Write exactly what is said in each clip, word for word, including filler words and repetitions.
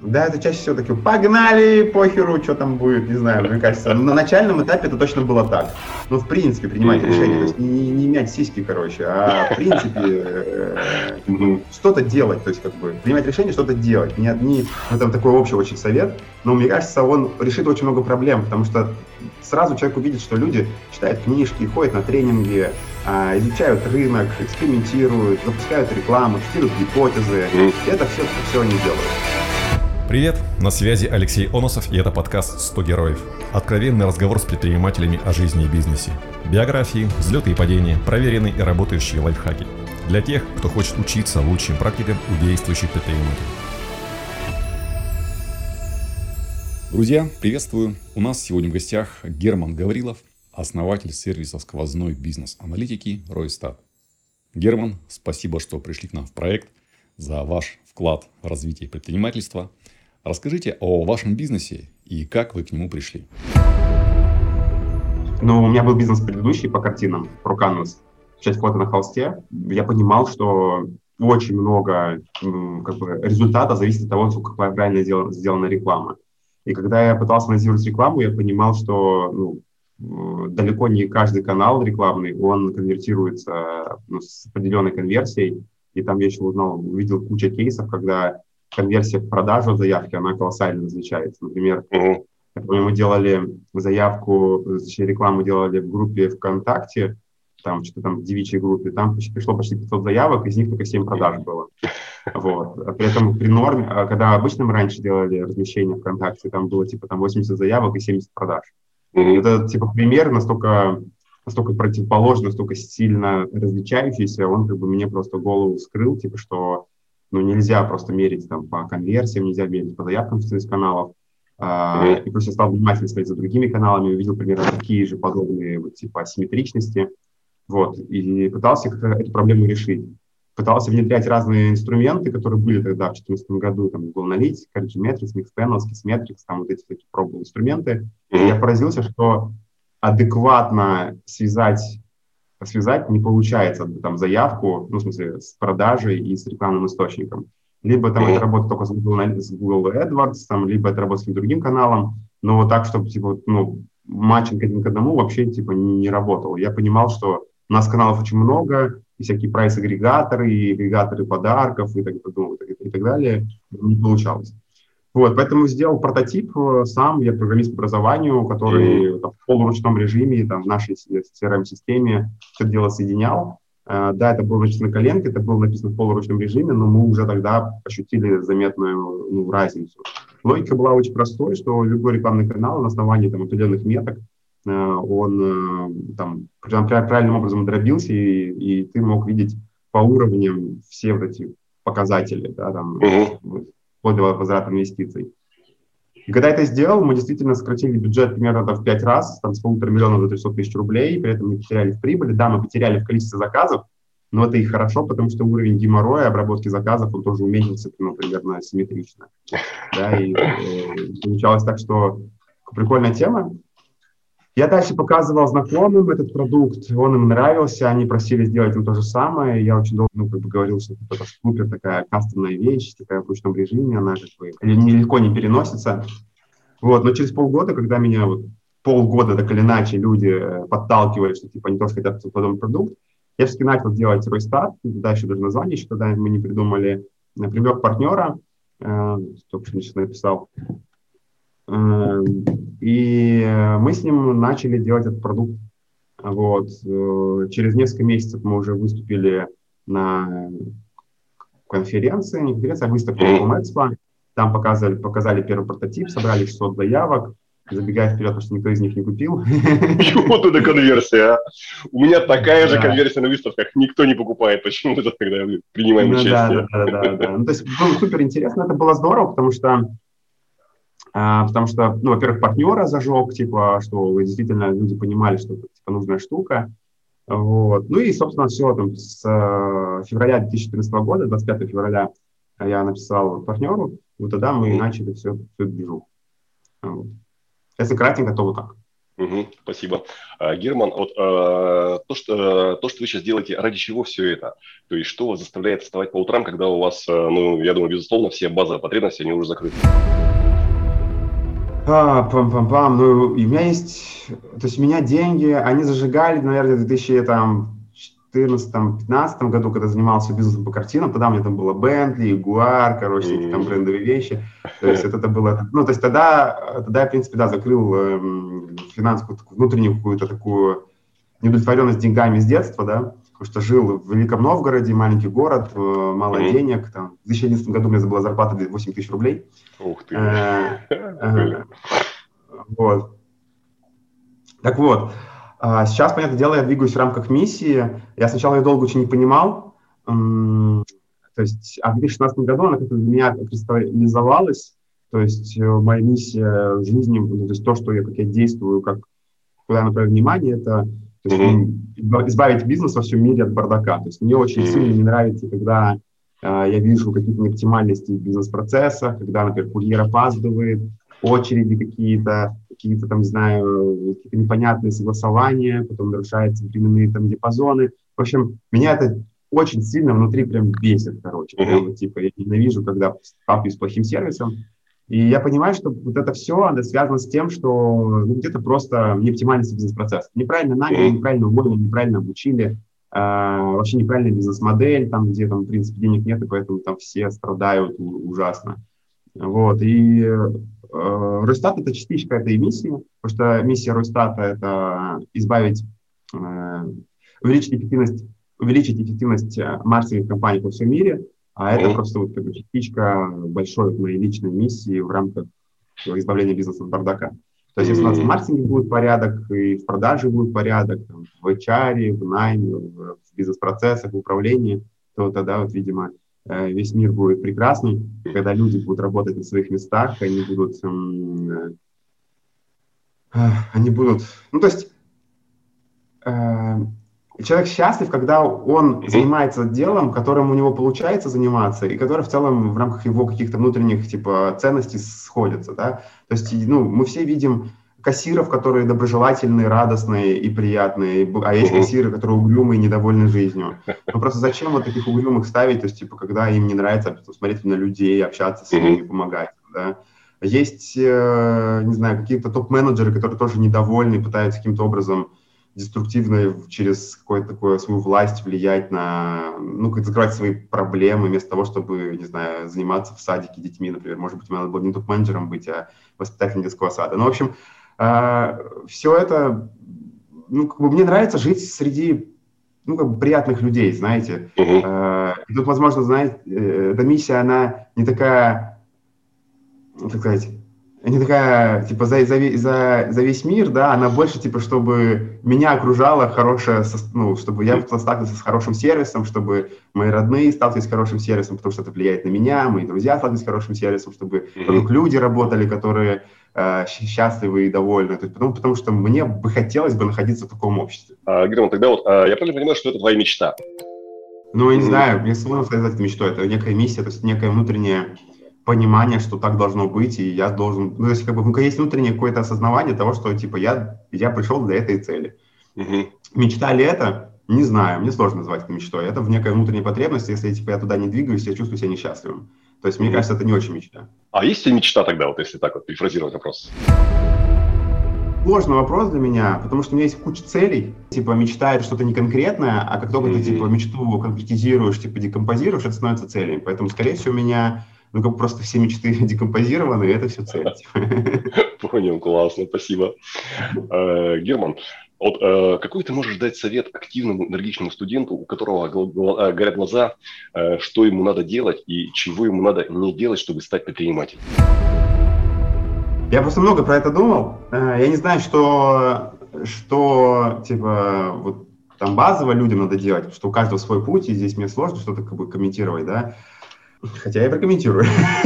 Да, это чаще всего такие, погнали, похеру, что там будет, не знаю, мне кажется. На начальном этапе это точно было так. Ну, в принципе, принимать mm-hmm. решение, то есть не, не иметь сиськи, короче, а в принципе э, mm-hmm. что-то делать, то есть как бы принимать решение, что-то делать. Не, не, это такой общий очень совет, но мне кажется, он решит очень много проблем, потому что сразу человек увидит, что люди читают книжки, ходят на тренинги, э, изучают рынок, экспериментируют, запускают рекламу, тестируют гипотезы. Mm-hmm. Это все, это все они делают. Привет, на связи Алексей Оносов, и это подкаст сто героев. Откровенный разговор с предпринимателями о жизни и бизнесе. Биографии, взлеты и падения, проверенные и работающие лайфхаки. Для тех, кто хочет учиться лучшим практикам у действующих предпринимателей. Друзья, приветствую! У нас сегодня в гостях Герман Гаврилов, основатель сервиса сквозной бизнес-аналитики Ройстат. Герман, спасибо, что пришли к нам в проект, за ваш вклад в развитие предпринимательства. Расскажите о вашем бизнесе и как вы к нему пришли. Ну, у меня был бизнес предыдущий по картинам, ProCanvas, часть фото на холсте. Я понимал, что очень много как бы, результата зависит от того, сколько правильно сделана, сделана реклама. И когда я пытался анализировать рекламу, я понимал, что ну, далеко не каждый канал рекламный, он конвертируется ну, с определенной конверсией. И там я еще узнал, увидел кучу кейсов, когда конверсия в продажу заявки, она колоссально различается. Например, uh-huh. мы делали заявку, точнее, рекламу делали в группе ВКонтакте, там что-то там в девичьей группе, там пришло почти пятьсот заявок, из них только семь продаж было. Вот. А при этом при норме, когда обычно мы раньше делали размещение ВКонтакте, там было типа там восемьдесят заявок и семьдесят продаж. Uh-huh. Это типа пример настолько... настолько противоположно, настолько сильно различающийся, он как бы мне просто голову вскрыл, типа, что ну, нельзя просто мерить там по конверсиям, нельзя мерить по заявкам из каналов. А, и просто стал внимательно смотреть за другими каналами, увидел примерно такие же подобные вот, типа асимметричности. Вот, и пытался как-то эту проблему решить. Пытался внедрять разные инструменты, которые были тогда в две тысячи четырнадцатом году, там, Google Analytics, Metrics, Mixpanel, Kissmetrics, там вот эти такие пробовал инструменты. И я поразился, что адекватно связать, связать не получается там заявку, ну, в смысле, с продажей и с рекламным источником. Либо там mm-hmm. это работает только с Google, с Google AdWords, там, либо это работает с другим каналом, но вот так, чтобы, типа, ну, матчинг один к одному вообще, типа, не, не работал. Я понимал, что у нас каналов очень много, и всякие прайс-агрегаторы, и агрегаторы подарков, и так, ну, и так далее, не получалось. Вот, поэтому сделал прототип сам, я программист по образованию, который mm-hmm. там, в полуручном режиме там, в нашей си ар эм-системе все это дело соединял. Uh, да, это было написано на коленке, это было написано в полуручном режиме, но мы уже тогда ощутили заметную ну, разницу. Логика была очень простой, что любой рекламный канал на основании там, определенных меток, uh, он uh, там, правильным образом дробился, и, и ты мог видеть по уровням все вот эти показатели, да, там, mm-hmm. вплоть до возврата инвестиций. И когда это сделал, мы действительно сократили бюджет примерно в пять раз, там, с полутора миллионов до трехсот тысяч рублей, при этом мы потеряли в прибыли. Да, мы потеряли в количестве заказов, но это и хорошо, потому что уровень геморроя, обработки заказов, он тоже уменьшился, ну, примерно симметрично. Да, и э, получалось так, что прикольная тема. Я дальше показывал знакомым этот продукт, он им нравился, они просили сделать им то же самое. Я очень долго ну, как бы говорил, что это супер такая кастомная вещь, такая в ручном режиме, она как бы легко не переносится. Вот, но через полгода, когда меня вот, полгода так или иначе люди подталкивают, что типа они тоже хотят подобный продукт, я все-таки начал делать Ройстат, дальше даже название еще тогда мы не придумали, привлек партнера, э, только что сейчас написал. И мы с ним начали делать этот продукт. Вот. Через несколько месяцев мы уже выступили на конференции, не конференции, а выставке Экспо. Там показали, показали первый прототип, собрали шестьсот заявок. Забегая вперед, потому что никто из них не купил. Вот это конверсия, а! У меня такая же конверсия на выставках, никто не покупает почему-то, когда мы принимаем участие. Да, да, да, да. То есть было супер интересно, это было здорово, потому что Uh, потому что, ну, во-первых, партнера зажег, типа, что действительно люди понимали, что это типа, нужная штука. Вот. Ну и, собственно, все, там, с uh, февраля две тысячи четырнадцатого года, двадцать пятого февраля, я написал партнеру, вот тогда мы начали все, всю эту движуху. Вот. Если кратенько, то вот так. Угу, спасибо. А, Герман, вот а, то, что, то, что вы сейчас делаете, ради чего все это? То есть что вас заставляет вставать по утрам, когда у вас, ну, я думаю, безусловно, все базовые потребности, они уже закрыты? А, пам-пам-пам. Ну, и у меня есть... То есть у меня деньги, они зажигали, наверное, в две тысячи четырнадцатом-пятнадцатом году, когда занимался бизнесом по картинам. Тогда у меня там было Bentley, Jaguar, короче, всякие там брендовые вещи. То есть это, это было... Ну, то есть тогда, тогда я, в принципе, да, закрыл эм, финансовую, внутреннюю какую-то такую неудовлетворенность деньгами с детства, да, потому что жил в Великом Новгороде, маленький город, э, мало mm-hmm. денег. Там, в две тысячи одиннадцатом году у меня была зарплата восемь тысяч рублей. Ух ты! Вот. Так вот, сейчас, понятное дело, я двигаюсь в рамках миссии. Я сначала ее долго очень не понимал. То есть, а в две тысячи шестнадцатом году она как-то для меня кристаллизовалась. То есть, моя миссия в жизни, то есть то, что я, как я действую, как, куда я направляю внимание, это то есть, mm-hmm. избавить бизнес во всем мире от бардака. То есть, мне очень mm-hmm. сильно не нравится, когда я вижу какие-то неоптимальности в бизнес-процессах, когда, например, курьер опаздывает, очереди какие-то, какие-то там, не знаю, какие-то непонятные согласования, потом нарушаются временные там диапазоны. В общем, меня это очень сильно внутри прям бесит, короче. Прям, типа, я ненавижу, когда сталкиваюсь с плохим сервисом. И я понимаю, что вот это все, оно связано с тем, что ну, где-то просто неоптимальность бизнес-процесса. Неправильно наняли, неправильно уволили, неправильно обучили. Uh, вообще неправильная бизнес-модель, там, где, там, в принципе, денег нет, и поэтому там все страдают ужасно. Вот, и uh, Росстат — это частичка этой миссии, потому что миссия Росстата — это избавить, uh, увеличить эффективность, увеличить эффективность маркетинговых компаний по всему мире, а это mm-hmm. просто вот, как бы, частичка большой вот, моей личной миссии в рамках избавления бизнеса от бардака. То есть, если у нас в маркетинге будет порядок, и в продаже будет порядок, там, в эйч ар, в найме, в бизнес-процессах, в управлении, то тогда, вот, видимо, весь мир будет прекрасный, когда люди будут работать на своих местах, они будут, эм, э, они будут, ну, то есть, э, человек счастлив, когда он mm-hmm. занимается делом, которым у него получается заниматься, и которое в целом в рамках его каких-то внутренних типа ценностей сходятся, да. То есть, ну, мы все видим кассиров, которые доброжелательные, радостные и приятные, а есть mm-hmm. кассиры, которые угрюмые и недовольны жизнью. Ну, просто зачем вот таких угрюмых ставить, то есть, типа, когда им не нравится смотреть на людей, общаться с ними, mm-hmm. помогать, да. Есть, э, не знаю, какие-то топ-менеджеры, которые тоже недовольны, пытаются каким-то образом деструктивно через какую-то такую свою власть влиять на, ну, как закрывать свои проблемы, вместо того, чтобы, не знаю, заниматься в садике детьми, например. Может быть, надо было не топ-менеджером быть, а воспитателем детского сада. Ну, в общем, э, все это, ну, как бы мне нравится жить среди, ну, как бы приятных людей, знаете. Uh-huh. Э, и тут, возможно, знаете, э, эта миссия, она не такая, так сказать, не такая, типа, за, за, за, за весь мир, да, она больше, типа, чтобы меня окружала хорошая, ну, чтобы я сталкивался с хорошим сервисом, чтобы мои родные сталкивались с хорошим сервисом, потому что это влияет на меня, мои друзья сталкивались с хорошим сервисом, чтобы вокруг люди работали, которые э, счастливы и довольны, то есть, потому, потому что мне бы хотелось бы находиться в таком обществе. А, Герман, тогда вот, а, я правильно понимаю, что это твоя мечта? Ну, я не mm-hmm. знаю, мне сложно сказать, это мечтой, это некая миссия, то есть некая внутренняя понимание, что так должно быть, и я должен... Ну, то есть, как бы, есть внутреннее какое-то осознавание того, что, типа, я, я пришел для этой цели. Uh-huh. Мечта ли это? Не знаю, мне сложно назвать это мечтой. Это в некой внутренней потребности, если, типа, я туда не двигаюсь, я чувствую себя несчастливым. То есть, мне uh-huh. кажется, это не очень мечта. А есть ли мечта тогда, вот если так вот перефразировать вопрос? Сложный вопрос для меня, потому что у меня есть куча целей. Типа, мечта — это что-то не конкретное, а как только mm-hmm. ты, типа, мечту конкретизируешь, типа, декомпозируешь, это становится целью. Поэтому, скорее всего, у меня... Ну, как просто все мечты декомпозированы, и это все цель. Понял, классно, спасибо. Герман, вот какой ты можешь дать совет активному, энергичному студенту, у которого горят глаза, что ему надо делать и чего ему надо не делать, чтобы стать предпринимателем? Я просто много про это думал. Я не знаю, что, что типа, вот там базово людям надо делать, потому что у каждого свой путь, и здесь мне сложно что-то как бы комментировать, да. Хотя я прокомментирую.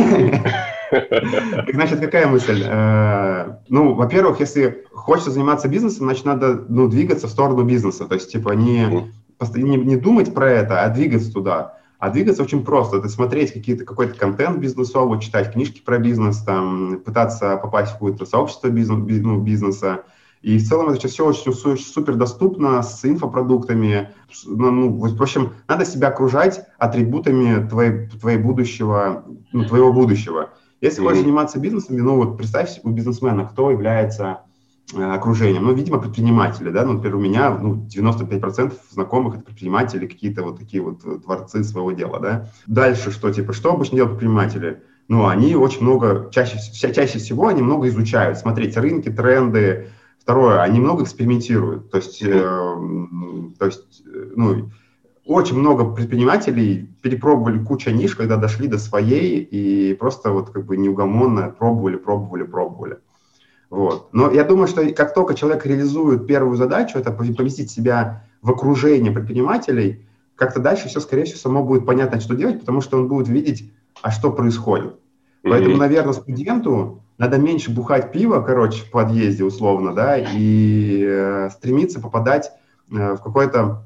Значит, какая мысль? Ну, во-первых, если хочется заниматься бизнесом, значит, надо ну, двигаться в сторону бизнеса. То есть, типа, не, не, не думать про это, а двигаться туда. А двигаться очень просто. Это смотреть какие-то, какой-то контент бизнесовый, читать книжки про бизнес, там, пытаться попасть в какое-то сообщество бизнес, ну, бизнеса И в целом это сейчас все очень су- супер доступно, с инфопродуктами. С- Ну, ну, в общем, надо себя окружать атрибутами твоей, твоей будущего, ну, твоего будущего. Если хочешь Мгм. заниматься бизнесом, ну вот представь у бизнесмена, кто является э, окружением. Ну, видимо, предприниматели, да, ну, например, у меня ну, девяносто пять процентов знакомых это предприниматели, какие-то вот такие вот э, творцы своего дела, да. Дальше что, типа, что обычно делают предприниматели? Ну, они очень много, чаще, вся- чаще всего они много изучают, смотреть рынки, тренды. Второе, они много экспериментируют. То есть, э, Мгм. м, то есть э, ну, очень много предпринимателей перепробовали кучу ниш, когда дошли до своей и просто вот как бы неугомонно пробовали, пробовали, пробовали. Вот. Но я думаю, что как только человек реализует первую задачу, это поместить себя в окружение предпринимателей, как-то дальше все, скорее всего, само будет понятно, что делать, потому что он будет видеть, а что происходит. Поэтому, Мгм. наверное, студенту надо меньше бухать пиво, короче, в подъезде условно, да, и э, стремиться попадать э, в какой-то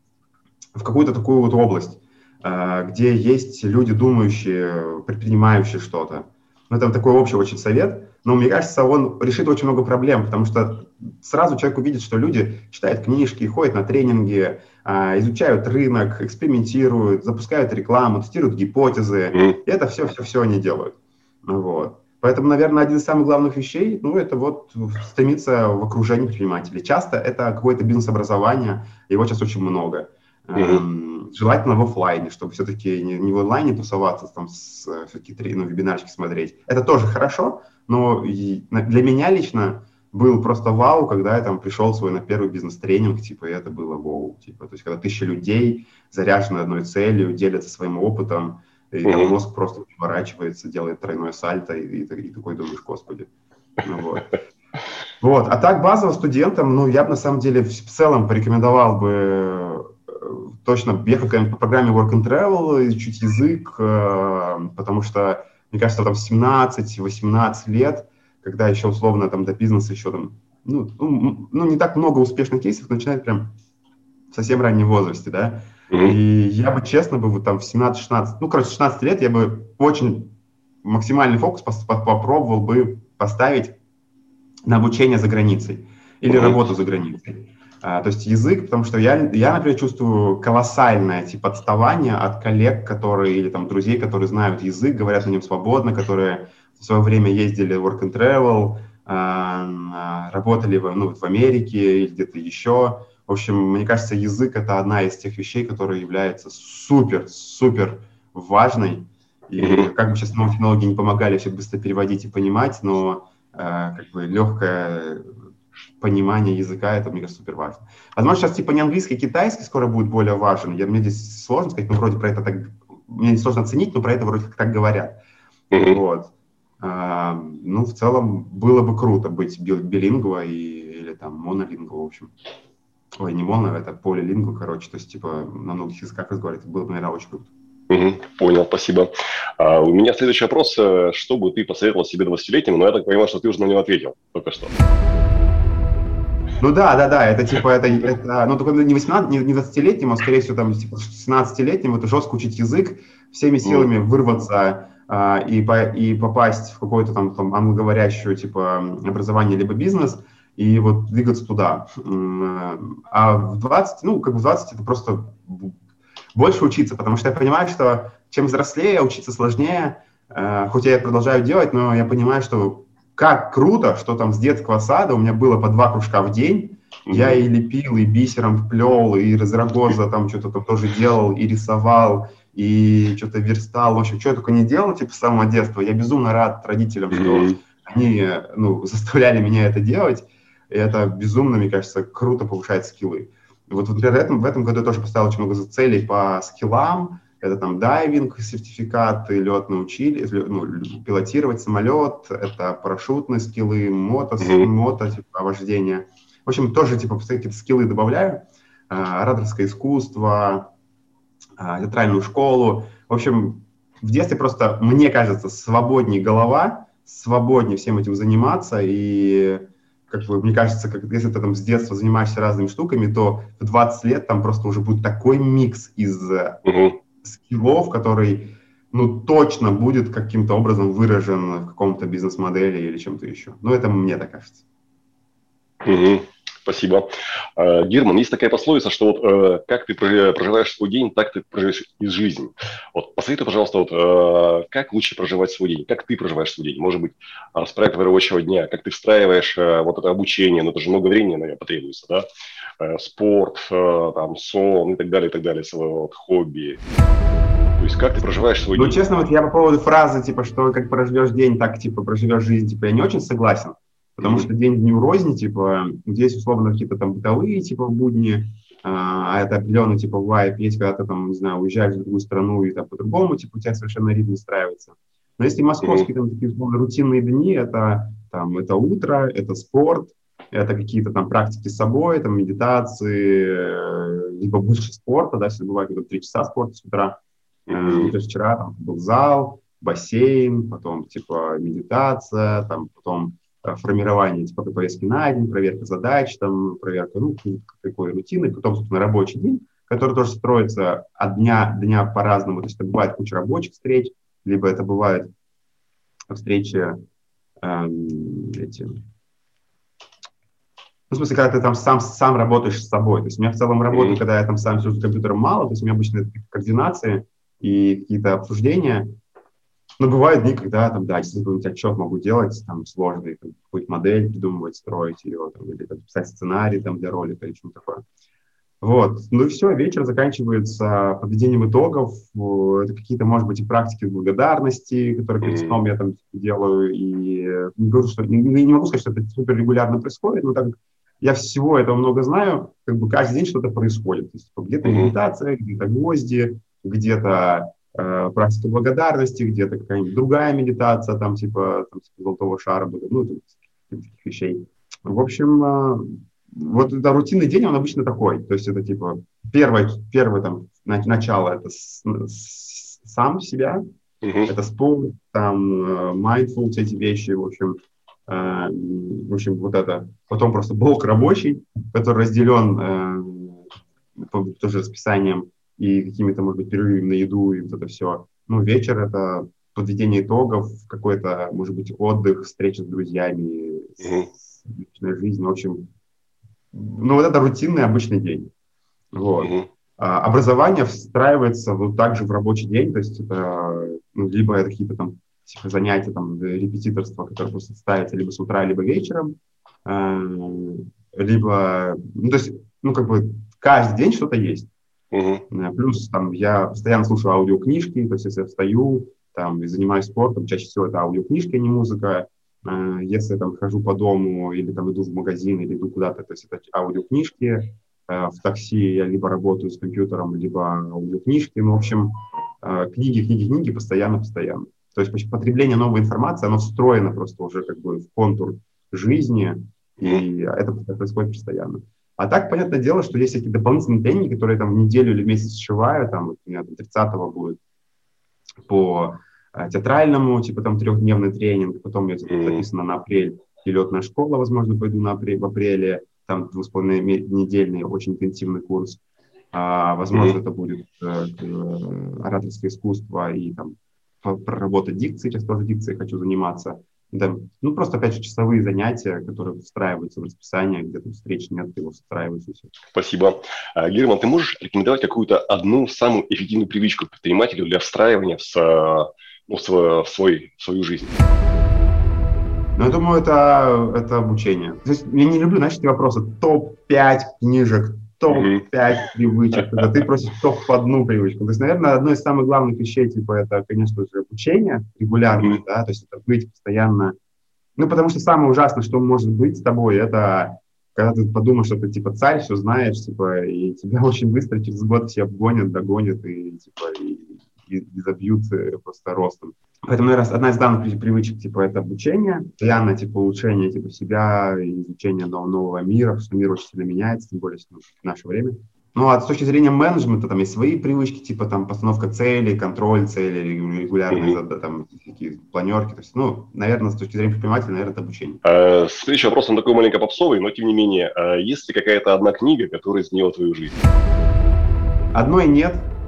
в какую-то такую вот область, э, где есть люди, думающие, предпринимающие что-то. Ну, это такой общий очень совет, но мне кажется, он решит очень много проблем, потому что сразу человек увидит, что люди читают книжки, ходят на тренинги, э, изучают рынок, экспериментируют, запускают рекламу, тестируют гипотезы, Мгм. и это все-все-все они делают. Вот. Поэтому, наверное, один из самых главных вещей, ну, это вот стремиться в окружении предпринимателей. Часто это какое-то бизнес-образование, его сейчас очень много. Мгм. Эм, желательно в офлайне, чтобы все-таки не, не в онлайне тусоваться, там, с, э, все-таки ну, вебинарчики смотреть. Это тоже хорошо, но и на- для меня лично был просто вау, когда я там пришел свой на первый бизнес-тренинг, типа, и это было вау, типа, то есть когда тысяча людей заряжены одной целью, делятся своим опытом, и там Мгм. мозг просто переворачивается, делает тройное сальто, и, и, и такой думаешь, господи. Ну, вот. Вот. А так базово студентам, ну, я бы на самом деле в в целом порекомендовал бы э, точно ехать по программе Work and Travel, изучить язык, э, потому что, мне кажется, там семнадцать-восемнадцать лет, когда еще условно там до бизнеса еще там, ну, ну, м, ну, не так много успешных кейсов, начинает прям в совсем раннем возрасте, да. И Мгм. я бы, честно, бы вот там в семнадцать-шестнадцать, ну, короче, шестнадцать лет я бы очень максимальный фокус пос- по- попробовал бы поставить на обучение за границей или Мгм. работу за границей. А, то есть язык, потому что я, я, например, чувствую колоссальное типа отставание от коллег, которые, или там друзей, которые знают язык, говорят на нем свободно, которые в свое время ездили в work and travel, а, а, работали в, ну, вот в Америке или где-то еще. В общем, мне кажется, язык — это одна из тех вещей, которая является супер-супер важной. И Мгм. как бы сейчас новые технологии не помогали все быстро переводить и понимать, но э, как бы легкое понимание языка, это, мне кажется, супер важно. Возможно, сейчас типа не английский, а китайский скоро будет более важен. Я, мне здесь сложно сказать, но вроде про это так, мне не сложно оценить, но про это вроде как так говорят. Мгм. Вот. А, ну, в целом, было бы круто быть билингво и, или там монолингво, в общем. Ой, не моно, это полилингво, короче, то есть, типа, на многих языках разговаривать, было бы, наверное, очень круто. Мгм. Понял, спасибо. А у меня следующий вопрос. э, Что бы ты посоветовал себе двадцатилетнему? Но я так понимаю, что ты уже на него ответил только что. Ну да, да, да, это типа, это, это ну только не восемнадцать, не, не двадцатилетним, а скорее всего там типа шестнадцатилетним, это жестко учить язык, всеми М. силами вырваться а, и, по, и попасть в какое-то там, там англоговорящее типа образование либо бизнес, и вот двигаться туда. М, А в двадцать, ну как бы в двадцать это просто больше учиться, потому что я понимаю, что чем взрослее, учиться сложнее, э, хоть я это продолжаю делать, но я понимаю, что как круто, что там с детского сада у меня было по два кружка в день, я Мгм. и лепил, и бисером плел, и из рогоза там что-то там тоже делал, и рисовал, и что-то верстал, в общем, что я только не делал, типа, с самого детства. Я безумно рад родителям, что Мгм. они, ну, заставляли меня это делать, и это безумно, мне кажется, круто повышает скиллы. Вот, например, в этом, в этом году я тоже поставил очень много целей по скиллам. Это там дайвинг, сертификаты, лет научили, ну, пилотировать самолет, это парашютные скиллы, мото, Мгм. мото типа, вождение. В общем, тоже типа какие-то скиллы добавляю. А, ораторское искусство, а, театральную школу. В общем, в детстве просто, мне кажется, свободнее голова, свободнее всем этим заниматься. И, как бы, мне кажется, как, если ты там с детства занимаешься разными штуками, то в двадцать лет там просто уже будет такой микс из Мгм. скиллов, который, ну, точно будет каким-то образом выражен в каком-то бизнес-модели или чем-то еще. Ну, это мне так кажется. Мгм. Спасибо. Э, Герман, есть такая пословица, что вот э, как ты прожи- проживаешь свой день, так ты проживешь и жизнь. Вот посоветуй, пожалуйста, вот, э, как лучше проживать свой день, как ты проживаешь свой день, может быть, а, с проекта рабочего дня, как ты встраиваешь э, вот это обучение, ну это же много времени, наверное, потребуется, да? Э, спорт, э, там, сон и так далее, и так далее, свое вот, хобби. То есть как ты проживаешь свой Ну, день? честно, вот я по поводу фразы, типа, что как проживешь день, так, типа, проживешь жизнь, типа, я не очень согласен, потому Мгм. что день дню рознь, типа, здесь, условно, какие-то там бытовые, типа, будни, а это определенный, типа, вайб, есть, когда ты, там, не знаю, уезжаешь в другую страну, и там по-другому, типа, у тебя совершенно ритм настраивается. Но если Мгм. московские, там, такие, условно, рутинные дни, это, там, это утро, это спорт, это какие-то там практики с собой, там, медитации, э, либо больше спорта, да, если бывает, где-то три часа спорта с утра. Э, Ну, Мгм. то есть вчера там был зал, бассейн, потом типа медитация, там потом э, формирование типа повестки на день, проверка задач, там проверка, ну, какой рутины, потом, собственно, рабочий день, который тоже строится от дня до дня по-разному. То есть это бывает куча рабочих встреч, либо это бывает встречи эм, эти, ну, в смысле, когда ты там сам, сам работаешь с собой. То есть у меня в целом работы, Мгм. когда я там сам сижу за компьютером, мало, то есть у меня обычно это координации и какие-то обсуждения. Но бывают дни, когда там, да, действительно какой-нибудь отчет могу делать, там, сложный, там, какую-то модель придумывать, строить ее, там, или там, писать сценарий там, для ролика или что-то такое. Вот. Ну и все, вечер заканчивается подведением итогов. Э, Это какие-то, может быть, и практики благодарности, которые перед Мгм. сном я там делаю. И э, не, говорю, что, не, не могу сказать, что это супер регулярно происходит, но так как я всего этого много знаю, как бы каждый день что-то происходит. То есть, типа, где-то Мгм. медитация, где-то гвозди, где-то э, практика благодарности, где-то какая-нибудь другая медитация, там, типа, там, типа золотого шара, ну, там, таких вещей. В общем, э, вот это рутинный день, он обычно такой. То есть это типа первое, первое там, на- начало это с- с- сам себя, Мгм. это спорт, там, э, mindful, все эти вещи, в общем, э, в общем, вот это. Потом просто блок рабочий, который разделен э, по тоже расписанием и какими-то, может быть, перерывами на еду и вот это все. Ну, вечер это подведение итогов, какой-то, может быть, отдых, встреча с друзьями, Мгм. с личной жизнью. В общем, ну, вот это рутинный обычный день. Вот. Мгм. А образование встраивается вот также в рабочий день, то есть это ну, либо это какие-то там типа, занятия, там, репетиторства, которые просто ставятся либо с утра, либо вечером, э, либо, ну, то есть, ну, как бы каждый день что-то есть. Мгм. Э, Плюс там я постоянно слушаю аудиокнижки, то есть если я встаю там, и занимаюсь спортом, чаще всего это аудиокнижки, а не музыка. Э, Если я там хожу по дому или там иду в магазин или иду куда-то, то есть это аудиокнижки. Э, В такси я либо работаю с компьютером, либо аудиокнижки. Ну, в общем, э, книги, книги, книги постоянно, постоянно. То есть потребление новой информации, оно встроено просто уже как бы в контур жизни, Мгм. и это происходит постоянно. А так, понятное дело, что есть какие-то дополнительные тренинги, которые там в неделю или месяц сшиваю, там, вот у меня там тридцатого будет по э, театральному, типа там трехдневный тренинг, потом у меня типа, Мгм. записано на апрель перелетная школа, возможно, пойду на апрель, в апреле, там двух с половиной недельный очень интенсивный курс. А, возможно, Мгм. это будет э, э, ораторское искусство и там по- проработать дикции, сейчас тоже дикцией хочу заниматься. Да, ну, просто, опять же, часовые занятия, которые встраиваются в расписание, где-то встреч нет, его встраиваются и все. Спасибо. А, Герман, ты можешь рекомендовать какую-то одну самую эффективную привычку предпринимателю для встраивания в, с- ну, в свой- в свой, в свою жизнь? Но я думаю, это, это обучение. То есть я не люблю, знаешь, эти вопросы. топ пять книжек, топ Мгм. пять привычек. Когда ты просишь топ по одну привычку. То есть, наверное, одно из самых главных вещей, типа, это, конечно же, обучение регулярное, Мгм. да, то есть это быть постоянно. Ну, потому что самое ужасное, что может быть с тобой, это когда ты подумаешь, что ты, типа, царь, все знаешь, типа, и тебя очень быстро через год все обгонят, догонят и, типа, и, и, и забьют э, просто ростом. Поэтому, наверное, одна из данных при- привычек, типа, это обучение, постоянно, типа, улучшение, типа, себя, и изучение нового, нового мира, потому что мир очень сильно меняется, тем более ну, в наше время. Ну, а с точки зрения менеджмента, там есть свои привычки, типа, там, постановка целей, контроль целей, регулярные, Мгм. зада- там, такие планерки, то есть, ну, наверное, с точки зрения предпринимателя, наверное, это обучение. А, Следующий вопрос, он такой маленько попсовый, но тем не менее, а есть ли какая-то одна книга, которая изменила твою жизнь? Одной нет,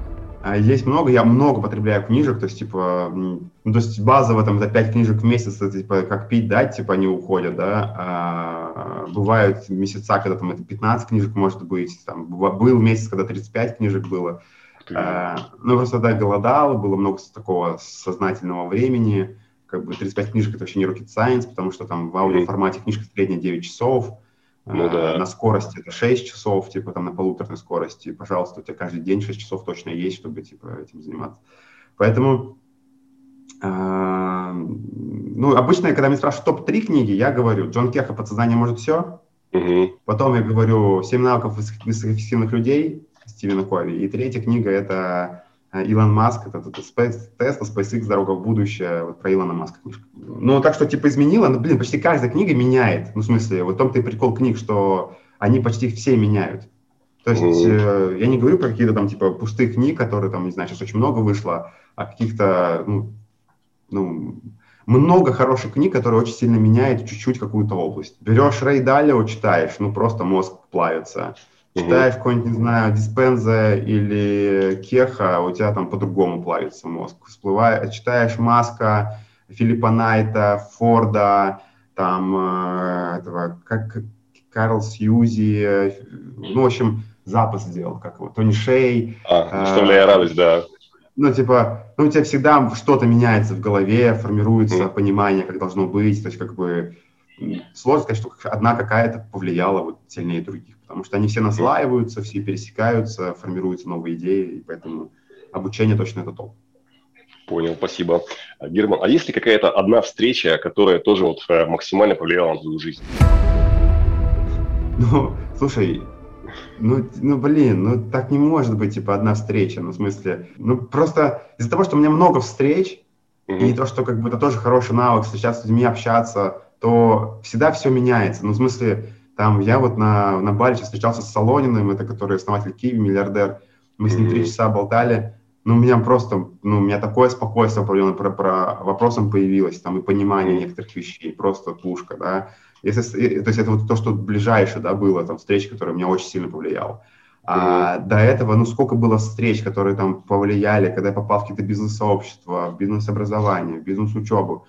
Есть много, я много потребляю книжек, то есть, типа, ну, то есть базово там за пять книжек в месяц, это, типа, как пить дать, типа, они уходят, да, а бывают месяца, когда там это пятнадцать книжек может быть, там, был месяц, когда тридцать пять книжек было, а, ну, просто тогда голодал, было много такого сознательного времени, как бы тридцать пять книжек это вообще не rocket science, потому что там в аудиоформате книжка средняя девять часов, ну, да. На скорости это шесть часов, типа там на полуторной скорости. Пожалуйста, у тебя каждый день шесть часов точно есть, чтобы типа этим заниматься. Поэтому, э, ну, обычно, когда меня спрашивают топ три книги, я говорю: Джон Кеха «Подсознание может все». Угу. Потом я говорю «Семь навыков высокоэффективных людей» Стивена Кови. И третья книга — это Илон Маск, это, это Тесла, SpaceX, «Дорога в будущее», вот про Илона Маска книжка. Ну, так что, типа, изменила, ну, блин, почти каждая книга меняет. Ну, в смысле, вот в том-то и прикол книг, что они почти все меняют. То есть mm-hmm. э, я не говорю про какие-то там, типа, пустые книги, которые там, не знаю, сейчас очень много вышло, а каких-то, ну, ну, много хороших книг, которые очень сильно меняют чуть-чуть какую-то область. Берешь Рэй Далио, читаешь, ну, просто мозг плавится. Читаешь uh-huh. какой-нибудь, не знаю, Диспенза или Кеха, у тебя там по-другому плавится мозг. Всплывает, читаешь Маска, Филиппа Найта, Форда, там, э, этого, как Карл Сьюзи, ну, в общем, запас сделал, как его, Тони Шей. А, доставляя э, радость, да. Ну, типа, ну, у тебя всегда что-то меняется в голове, формируется uh-huh. понимание, как должно быть, то есть, как бы, сложно сказать, что одна какая-то повлияла вот сильнее других, потому что они все наслаиваются, все пересекаются, формируются новые идеи, и поэтому обучение точно это топ. Понял, спасибо. Герман, а есть ли какая-то одна встреча, которая тоже вот максимально повлияла на твою жизнь? Ну, слушай, ну, ну, блин, ну так не может быть, типа, одна встреча, ну, в смысле, ну, просто из-за того, что у меня много встреч, mm-hmm. и то, что, как бы, это тоже хороший навык, встречаться с людьми, общаться, то всегда все меняется. Ну, в смысле, там, я вот на, на Бали сейчас встречался с Солониным, это который основатель Киви, миллиардер, мы с ним три часа болтали, ну, у меня просто, ну, у меня такое спокойствие определенно про, про вопросом появилось, там, и понимание некоторых вещей, просто пушка, да. Если, то есть это вот то, что ближайшее, да, было, там, встреча, которая меня очень сильно повлияла. А до этого, ну, сколько было встреч, которые там повлияли, когда я попал в какие-то бизнес-сообщества, в бизнес-образование, в бизнес-учебу,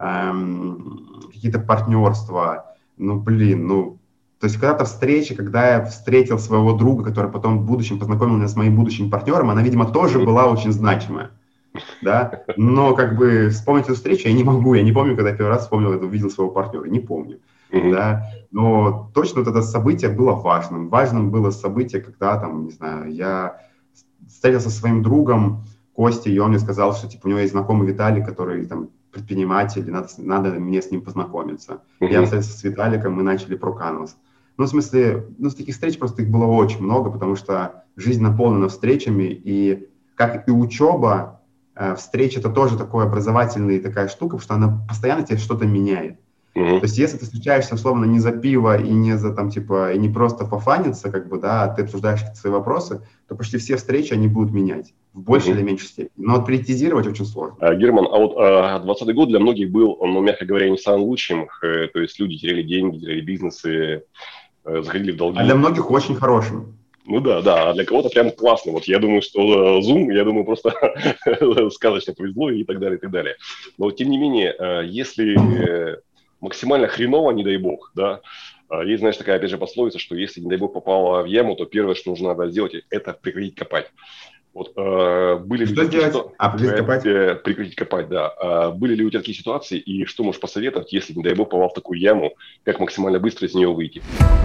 эм, какие-то партнерства, ну, блин, ну, то есть когда-то встреча, когда я встретил своего друга, который потом в будущем познакомил меня с моим будущим партнером, она, видимо, тоже была очень значимая, да, но как бы вспомнить эту встречу я не могу, я не помню, когда я первый раз вспомнил, увидел своего партнера, не помню. Mm-hmm. Да, но точно вот это событие было важным. Важным было событие, когда там, не знаю, я встретился со своим другом Костей, и он мне сказал, что типа у него есть знакомый Виталий, который там предприниматель, и надо, надо мне с ним познакомиться. Mm-hmm. Я встретился с Виталиком, мы начали про Canvas. Ну, в смысле, ну, таких встреч просто их было очень много, потому что жизнь наполнена встречами, и как и учеба, э, встреча — это тоже такой образовательная такая штука, потому что она постоянно тебе что-то меняет. Uh-huh. То есть, если ты встречаешься, условно, не за пиво и не за, там, типа, и не просто пофаниться, как бы, да, а ты обсуждаешь какие-то свои вопросы, то почти все встречи, они будут менять в большей uh-huh. или меньшей степени. Но вот приоритизировать очень сложно. А, Герман, а вот двадцатый год для многих был, ну, мягко говоря, не самым лучшим. То есть, люди теряли деньги, теряли бизнесы, заходили в долги. А для многих очень хорошим. Ну да, да, а для кого-то прям классно. Вот я думаю, что Zoom, я думаю, просто сказочно повезло и так далее, и так далее. Но, тем не менее, если максимально хреново, не дай бог, да. Есть, знаешь, такая, опять же, пословица, что если, не дай бог, попало в яму, то первое, что нужно надо сделать, это прекратить копать. Вот, э, были что ли делать? Что... А, прекратить копать? Э, прекратить копать, да. А были ли у тебя такие ситуации, и что можешь посоветовать, если, не дай бог, попал в такую яму, как максимально быстро из нее выйти?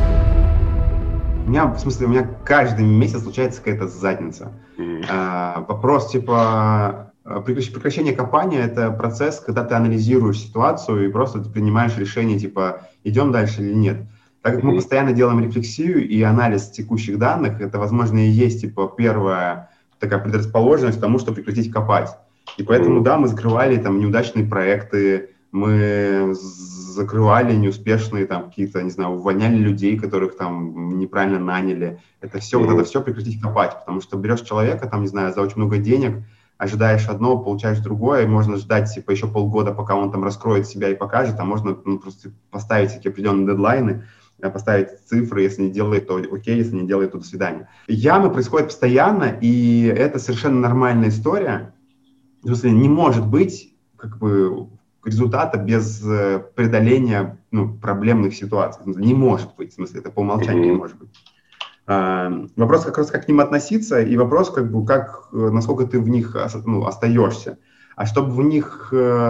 У меня, в смысле, у меня каждый месяц случается какая-то задница. Mm. А, вопрос, типа... Прекращение копания – это процесс, когда ты анализируешь ситуацию и просто ты принимаешь решение, типа, идем дальше или нет. Так как мы постоянно делаем рефлексию и анализ текущих данных, это, возможно, и есть, типа, первая такая предрасположенность к тому, что прекратить копать. И поэтому, да, мы закрывали там неудачные проекты, мы закрывали неуспешные там какие-то, не знаю, увольняли людей, которых там неправильно наняли. Это все, вот это все прекратить копать, потому что берешь человека, там, не знаю, за очень много денег, ожидаешь одно, получаешь другое, и можно ждать типа еще полгода, пока он там раскроет себя и покажет, а можно ну, просто поставить такие определенные дедлайны, поставить цифры, если не делает, то окей, если не делает, то до свидания. Ямы происходят постоянно, и это совершенно нормальная история. В смысле, не может быть как бы результата без преодоления ну, проблемных ситуаций. Не может быть, в смысле, это по умолчанию не может быть. А, вопрос как раз, как к ним относиться, и вопрос, как бы, как, насколько ты в них ну, остаешься. А чтобы в них,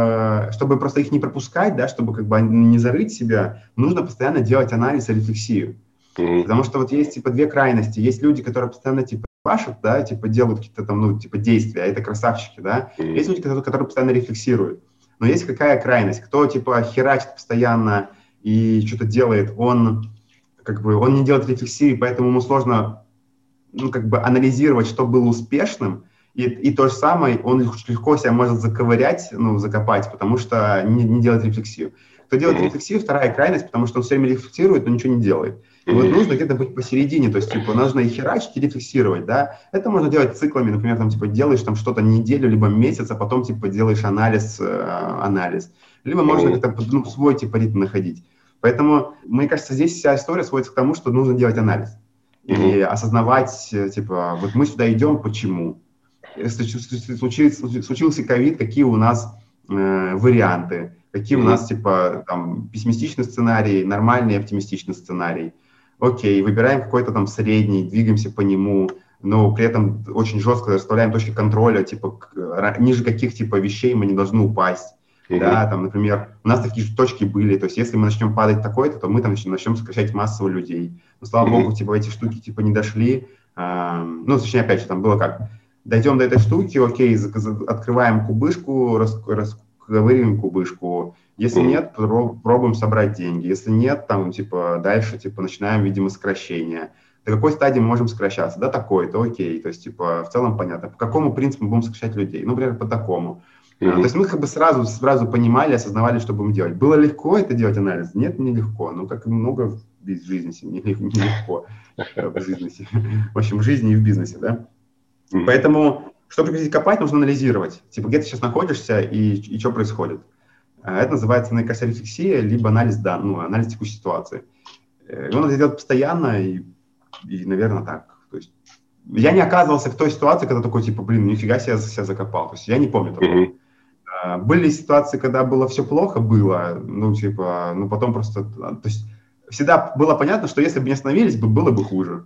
чтобы просто их не пропускать, да, чтобы как бы не зарыть себя, нужно постоянно делать анализ и рефлексию. Mm-hmm. Потому что вот есть типа две крайности. Есть люди, которые постоянно типа пашут, да, типа делают какие-то там, ну, типа действия, а это красавчики, да. Mm-hmm. Есть люди, которые, которые постоянно рефлексируют. Но есть какая крайность? Кто типа херачит постоянно и что-то делает, он как бы он не делает рефлексии, поэтому ему сложно ну, как бы анализировать, что было успешным. И, и то же самое, он легко себя может заковырять, ну, закопать, потому что не, не делает рефлексию. Кто делает mm-hmm. рефлексию, вторая крайность, потому что он все время рефлексирует, но ничего не делает. И mm-hmm. вот нужно где-то быть посередине, то есть, типа, нужно и херачить, и рефлексировать, да. Это можно делать циклами, например, там, типа, делаешь там что-то неделю, либо месяц, а потом, типа, делаешь анализ, э, анализ. Либо можно mm-hmm. как-то, ну, свой, типа, ритм находить. Поэтому, мне кажется, здесь вся история сводится к тому, что нужно делать анализ. Mm-hmm. И осознавать, типа, вот мы сюда идем, почему? Если случился, случился ковид, какие у нас э, варианты, какие mm-hmm. у нас типа там пессимистичный сценарий, нормальный оптимистичный сценарий. Окей, выбираем какой-то там средний, двигаемся по нему, но при этом очень жестко расставляем точки контроля, типа к, ниже каких типа вещей мы не должны упасть. Mm-hmm. Да, там, например, у нас такие же точки были, то есть если мы начнем падать такой-то, то мы там начнем сокращать массово людей. Но, слава mm-hmm. богу, типа эти штуки типа не дошли. Э, ну, точнее, опять же, там было как... Дойдем до этой штуки, окей, открываем кубышку, расковыриваем кубышку. Если mm-hmm. нет, пробуем собрать деньги. Если нет, там, типа, дальше, типа, начинаем, видимо, сокращение. До какой стадии мы можем сокращаться? Да, такой, то окей. То есть, типа, в целом понятно. По какому принципу мы будем сокращать людей? Ну, например, по такому. Mm-hmm. А, то есть мы как бы сразу, сразу понимали, осознавали, что будем делать. Было легко это делать анализ? Нет, не легко. Ну, как и много в бизнесе, не, не легко в бизнесе. В общем, в жизни и в бизнесе, да? Mm-hmm. Поэтому, чтобы прекратить копать, нужно анализировать. Типа, где ты сейчас находишься и, и что происходит. Это называется, мне кажется, рефлексия, либо анализ данных, ну, анализ текущей ситуации. Его надо делать постоянно и, и, наверное, так. То есть, я не оказывался в той ситуации, когда такой, типа, блин, нифига себе, себя закопал. То есть, я не помню такого. Mm-hmm. Были ситуации, когда было все плохо, было, ну, типа, ну, потом просто... То есть, всегда было понятно, что если бы не остановились, было бы хуже.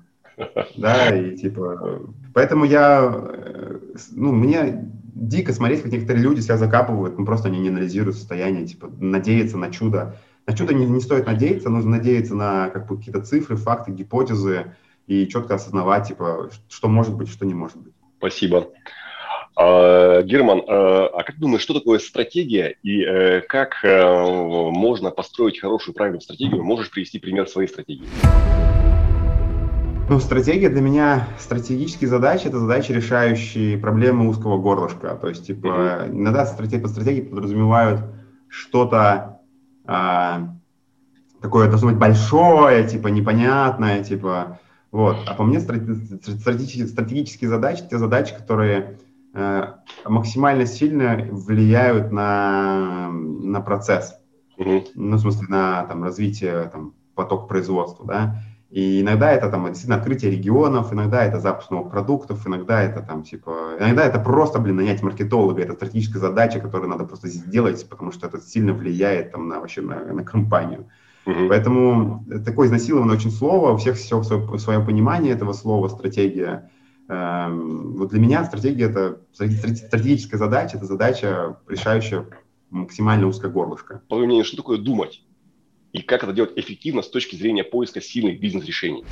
Да, и типа, поэтому я, ну, мне дико смотреть, как некоторые люди себя закапывают, ну, просто они не анализируют состояние, типа, надеяться на чудо. На чудо не, не стоит надеяться, нужно надеяться на как бы какие-то цифры, факты, гипотезы и четко осознавать, типа, что может быть, что не может быть. Спасибо. А, Герман, а, а как думаешь, что такое стратегия и а, как а, можно построить хорошую, правильную стратегию? Можешь привести пример своей стратегии? Ну, стратегия для меня, стратегические задачи – это задачи, решающие проблемы узкого горлышка. То есть, типа, mm-hmm. иногда стратеги, под стратегией подразумевают что-то а, такое, должно быть большое, типа, непонятное, типа, вот. А по мне стратегические, стратегические задачи – те задачи, которые а, максимально сильно влияют на, на процесс. Mm-hmm. Ну, в смысле, на там, развитие, там, поток производства, да. И иногда это там действительно открытие регионов, иногда это запуск новых продуктов, иногда это там типа, иногда это просто, блин, нанять маркетолога, это стратегическая задача, которую надо просто сделать, потому что это сильно влияет там на вообще на, на компанию. Mm-hmm. Поэтому такое изнасилованное очень слово, у всех все свое, свое понимание этого слова, стратегия. Эм, вот для меня стратегия это стратегическая задача, это задача, решающая максимально узкое горлышко. По твоему мнению, что такое думать? И как это делать эффективно с точки зрения поиска сильных бизнес-решений?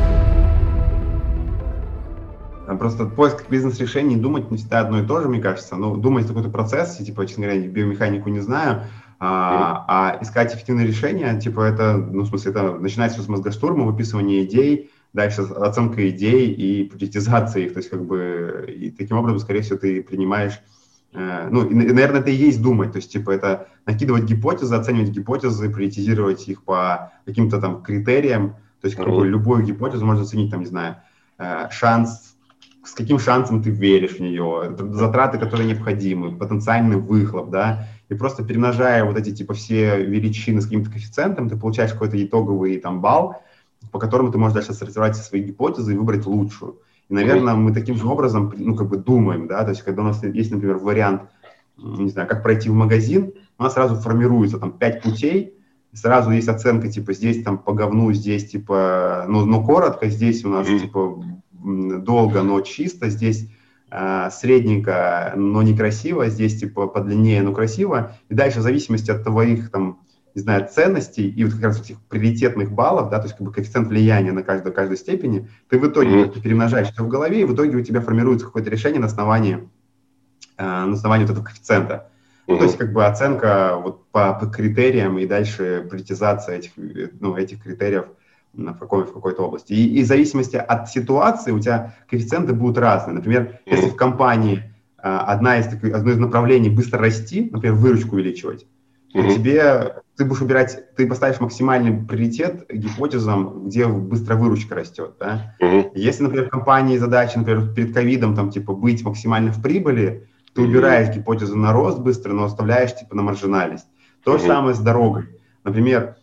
Просто поиск бизнес-решений, думать не всегда одно и то же, мне кажется. Ну, думать какой-то процесс, типа, честно говоря, биомеханику не знаю, а, а искать эффективные решения, типа, это, ну, в смысле, это начинается с мозгоштурма, выписывания идей, дальше оценка идей и приоритизация их, то есть, как бы, и таким образом, скорее всего, ты принимаешь. Ну, и, наверное, это и есть думать, то есть, типа, это накидывать гипотезы, оценивать гипотезы, приоритизировать их по каким-то там критериям, то есть, как бы, любую гипотезу можно оценить, там, не знаю, шанс с каким шансом ты веришь в нее, затраты, которые необходимы, потенциальный выхлоп, да, и просто перемножая вот эти типа все величины с каким-то коэффициентом, ты получаешь какой-то итоговый там балл, по которому ты можешь дальше сортировать свои гипотезы и выбрать лучшую. И, наверное, мы таким же образом, ну, как бы думаем, да, то есть когда у нас есть, например, вариант, не знаю, как пройти в магазин, у нас сразу формируется там пять путей, сразу есть оценка, типа, здесь там по говну, здесь, типа, ну, ну коротко, здесь у нас, типа, долго, но чисто, здесь э, средненько, но некрасиво, здесь типа подлиннее, но красиво. И дальше в зависимости от твоих там, не знаю, ценностей и вот как раз этих приоритетных баллов, да, то есть как бы коэффициент влияния на каждую, каждой степени, ты в итоге mm-hmm. как-то перемножаешь это в голове, и в итоге у тебя формируется какое-то решение на основании, э, на основании вот этого коэффициента. Mm-hmm. То есть как бы оценка вот по, по критериям и дальше приоритизация этих, ну, этих критериев в, какой, в какой-то области. И, и в зависимости от ситуации у тебя коэффициенты будут разные. Например, если в компании а, одна из, одно из направлений быстро расти, например, выручку увеличивать, mm-hmm. то тебе ты будешь убирать, ты поставишь максимальный приоритет гипотезам, где быстро выручка растет. Да? Mm-hmm. Если, например, в компании задача, например, перед ковидом там, типа, быть максимально в прибыли, ты mm-hmm. убираешь гипотезу на рост быстро, но оставляешь типа, на маржинальность. То mm-hmm. же самое с дорогой. Например,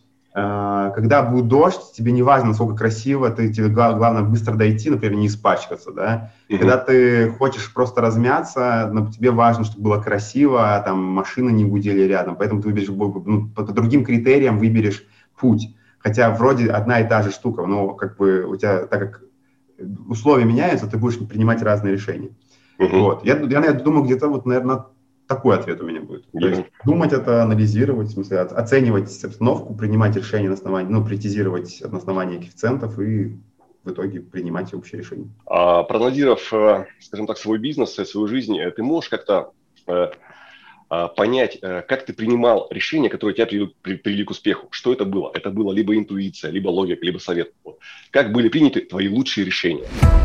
когда будет дождь, тебе не важно, насколько красиво, ты, тебе главное быстро дойти, например, не испачкаться, да. Mm-hmm. Когда ты хочешь просто размяться, но тебе важно, чтобы было красиво, а там машины не гудели рядом, поэтому ты выберешь, ну, по, по другим критериям выберешь путь. Хотя вроде одна и та же штука, но как бы у тебя, так как условия меняются, ты будешь принимать разные решения. Mm-hmm. Вот. Я, я, я думаю, где-то вот, наверное, такой ответ у меня будет. То есть думать это, анализировать, в смысле оценивать обстановку, принимать решения на основании, ну, приоритизировать на основании коэффициентов и в итоге принимать общее решение. А, проанализировав, скажем так, свой бизнес, свою жизнь, ты можешь как-то э, понять, как ты принимал решения, которые тебя привели, привели к успеху? Что это было? Это было либо интуиция, либо логика, либо совет. Как были приняты твои лучшие решения?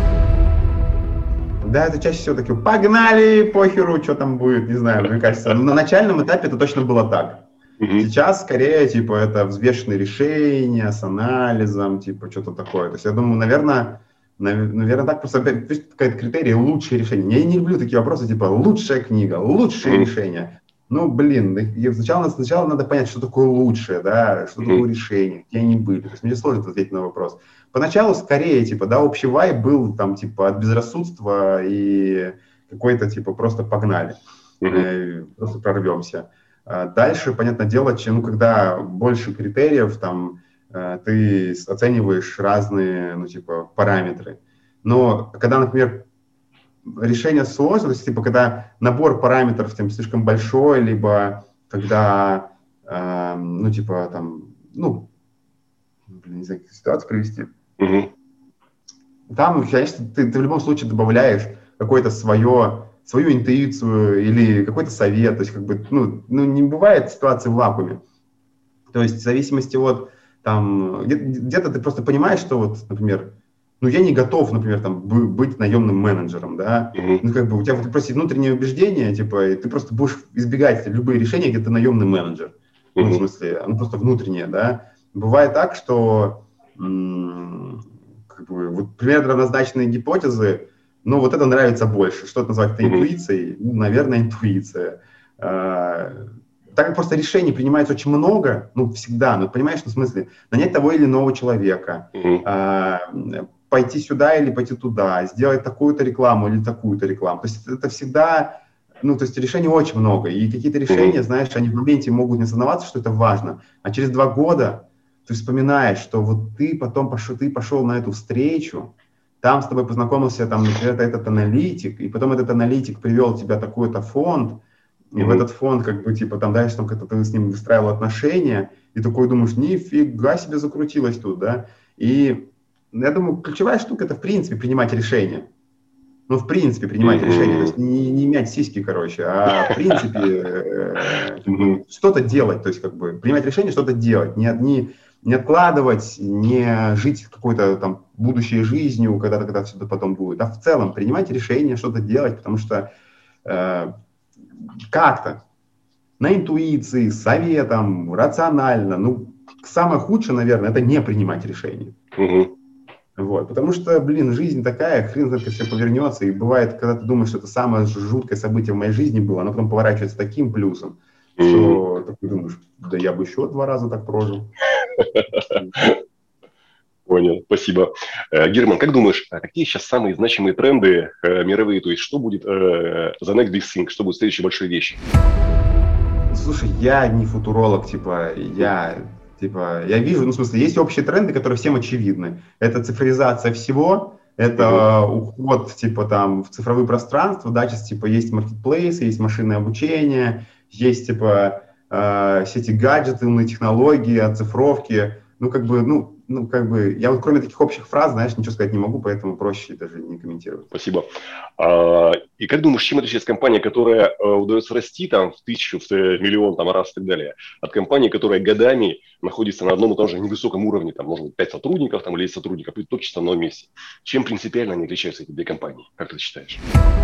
Да, это чаще всего такие, погнали, похеру, что там будет, не знаю, мне кажется. На начальном этапе это точно было так. Mm-hmm. Сейчас скорее, типа, это взвешенные решения с анализом, типа, что-то такое. То есть я думаю, наверное, наверное, так просто какой-то критерий лучшее решение. Я не люблю такие вопросы, типа, лучшая книга, лучшее mm-hmm. решение. Ну, блин, сначала, сначала надо понять, что такое лучшее, да, что mm-hmm. такое решение, где они были. То есть мне сложно ответить на вопрос. Поначалу скорее, типа, да, общий вайб был там, типа, от безрассудства и какой-то, типа, просто погнали, mm-hmm. просто прорвемся. Дальше, понятное дело, чем, ну, когда больше критериев, там, ты оцениваешь разные, ну, типа, параметры. Но когда, например, решение сложно, то есть, типа, когда набор параметров там слишком большой, либо когда, э, ну, типа, там, ну, блин, не знаю, какую ситуацию привести. Mm-hmm. Там, конечно, ты, ты в любом случае добавляешь какое-то свое, свою интуицию или какой-то совет, то есть, как бы, ну, ну, не бывает ситуации в вакууме. То есть, в зависимости от, там, где-то ты просто понимаешь, что вот, например, ну, я не готов, например, там, быть наемным менеджером, да, mm-hmm. ну, как бы, у тебя вот просто внутреннее убеждение, типа, и ты просто будешь избегать любые решения, где ты наемный менеджер, mm-hmm. ну, в смысле, ну, просто внутреннее, да. Бывает так, что, м- как бы, вот, примерно равнозначные гипотезы, ну, вот это нравится больше, что это называть это mm-hmm. интуицией, ну, наверное, интуиция. А- Так как просто решений принимается очень много, ну, всегда, ну, понимаешь, ну, в смысле, нанять того или иного человека, mm-hmm. а, пойти сюда или пойти туда, сделать такую-то рекламу или такую-то рекламу. То есть это всегда, ну, то есть решений очень много, и какие-то решения, mm-hmm. знаешь, они в моменте могут не осознаваться, что это важно, а через два года ты вспоминаешь, что вот ты потом пошел, ты пошел на эту встречу, там с тобой познакомился, там, например, этот аналитик, и потом этот аналитик привел тебя такой-то фонд, и mm-hmm. в этот фонд, как бы, типа, там дальше там, как-то ты с ним выстраивал отношения, и такой думаешь, нифига себе закрутилось тут, да. И я думаю, ключевая штука – это, в принципе, принимать решения. Ну, в принципе, принимать mm-hmm. решения, то есть не, не мять сиськи, короче, а, в принципе, э, mm-hmm. что-то делать, то есть, как бы, принимать решение, что-то делать, не, не, не откладывать, не жить какой-то там будущей жизнью, когда-то, когда все это потом будет, а в целом принимать решение, что-то делать, потому что э, как-то на интуиции, советом, рационально. Ну, самое худшее, наверное, это не принимать решения. Угу. Вот, потому что, блин, жизнь такая, хрен знает, как все повернется, и бывает, когда ты думаешь, что это самое жуткое событие в моей жизни было, оно потом поворачивается таким плюсом, что mm-hmm. ты думаешь, да я бы еще два раза так прожил. Понял, спасибо. Герман, как думаешь, какие сейчас самые значимые тренды мировые, то есть что будет the next big thing, что будет следующей большой вещью? Слушай, я не футуролог, типа, я... Типа, я вижу, ну, в смысле, есть общие тренды, которые всем очевидны. Это цифровизация всего, это uh-huh. уход, типа, там, в цифровые пространства, да, сейчас, типа, есть маркетплейсы, есть машинное обучение, есть, типа, э, все эти гаджеты, умные технологии, оцифровки. Ну, как бы, ну, ну, как бы, я вот кроме таких общих фраз, знаешь, ничего сказать не могу, поэтому проще даже не комментировать. Спасибо. А, и как думаешь, чем отличается компания, которая э, удается расти там в тысячу, в миллион там, раз и так далее, от компании, которая годами находится на одном и том же невысоком уровне, там, может быть, пять сотрудников там, или десять сотрудников, и точно на одном месте? Чем принципиально они отличаются, эти две компании? Как ты считаешь?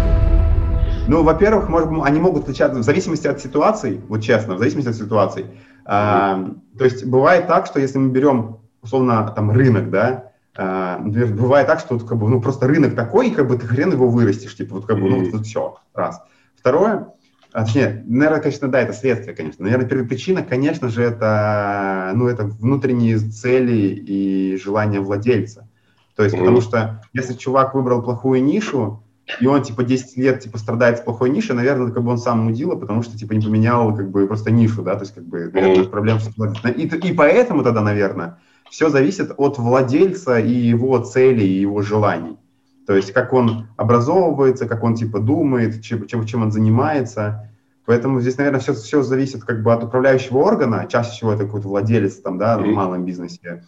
Ну, во-первых, может, они могут отличаться в зависимости от ситуаций, вот честно, в зависимости от ситуаций. Mm-hmm. А, то есть бывает так, что если мы берем, условно, там, рынок, да, а, например, бывает так, что как бы, ну, просто рынок такой, как бы ты хрен его вырастешь, типа, вот как бы, ну, вот, все, раз. Второе, а, точнее, наверное, конечно, да, это следствие, конечно. Наверное, первопричина, конечно же, это, ну, это внутренние цели и желания владельца. То есть, mm-hmm. потому что если чувак выбрал плохую нишу, и он, типа, десять лет, типа, страдает с плохой нишей, наверное, как бы он сам мудила, потому что, типа, не поменял, как бы, просто нишу, да, то есть, как бы, mm-hmm. проблем с и, и поэтому тогда, наверное, все зависит от владельца и его целей, и его желаний. То есть, как он образовывается, как он, типа, думает, чем, чем, чем он занимается. Поэтому здесь, наверное, все, все зависит, как бы, от управляющего органа, чаще всего это какой-то владелец, там, да, mm-hmm. в малом бизнесе.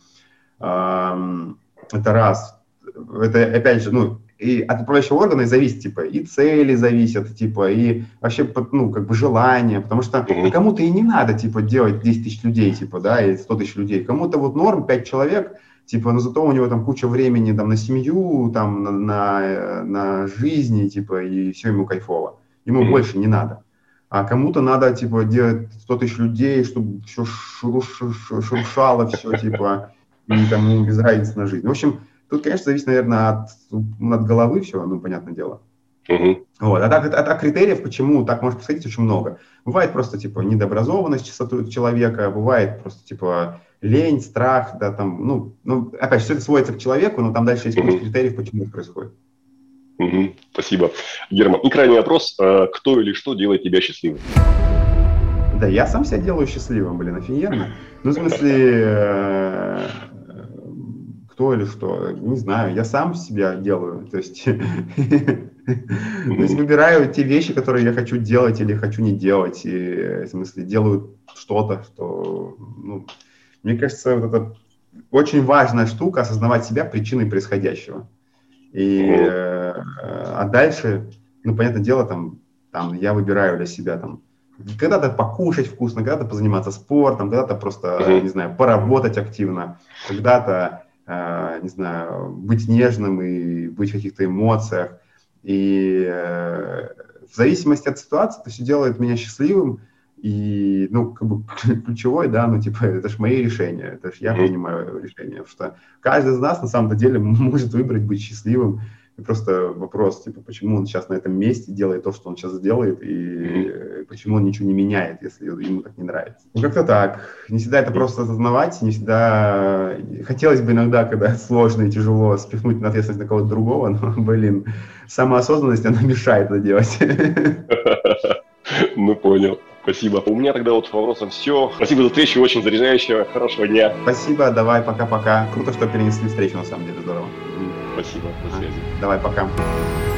Это раз. Это, опять же, ну, и от управляющего органа и зависит, типа, и цели зависят, типа, и вообще, ну, как бы желания, потому что mm-hmm. кому-то и не надо, типа, делать десять тысяч людей, типа, да, или сто тысяч людей, кому-то вот норм пять человек, типа, но зато у него там куча времени, там, на семью, там, на, на, на жизни, типа, и все ему кайфово, ему mm-hmm. больше не надо. А кому-то надо, типа, делать сто тысяч людей, чтобы все шуршало, все, типа, и там, ему без разницы на жизнь. В общем, тут, конечно, зависит, наверное, от, от головы все, ну, понятное дело. Uh-huh. Вот. А так, а так критериев, почему так может происходить, очень много. Бывает просто, типа, недообразованность человека, бывает просто, типа, лень, страх, да, там, ну, ну опять же, все это сводится к человеку, но там дальше есть куча uh-huh. критериев, почему это происходит. Uh-huh. Спасибо. Герман, и крайний вопрос. Кто или что делает тебя счастливым? Да, я сам себя делаю счастливым, блин, офигенно. Ну, в смысле... Кто или что, не знаю, я сам себя делаю, то есть, то есть выбираю те вещи, которые я хочу делать или хочу не делать, и, в смысле, делаю что-то, что, ну, мне кажется, вот это очень важная штука, осознавать себя причиной происходящего. И, а дальше, ну, понятное дело, там, там я выбираю для себя, там, когда-то покушать вкусно, когда-то позаниматься спортом, когда-то просто, не знаю, поработать активно, когда-то Uh, не знаю, быть нежным и быть в каких-то эмоциях. И uh, в зависимости от ситуации это все делает меня счастливым. И, ну, как бы ключевой, да, ну, типа, это же мои решения, это же я принимаю решения. Потому что каждый из нас, на самом деле, может выбрать быть счастливым. И просто вопрос, типа, почему он сейчас на этом месте делает то, что он сейчас делает, и mm-hmm. почему он ничего не меняет, если ему так не нравится. Ну, как-то так. Не всегда это просто осознавать, не всегда... Хотелось бы иногда, когда сложно и тяжело, спихнуть на ответственность на кого-то другого, но, блин, самоосознанность, она мешает это делать. Ну, понял. Спасибо. У меня тогда вот по вопросам все. Спасибо за встречу, очень заряжающего. Хорошего дня. Спасибо, давай, пока-пока. Круто, что перенесли встречу, на самом деле, здорово. Спасибо, до связи. Давай, пока.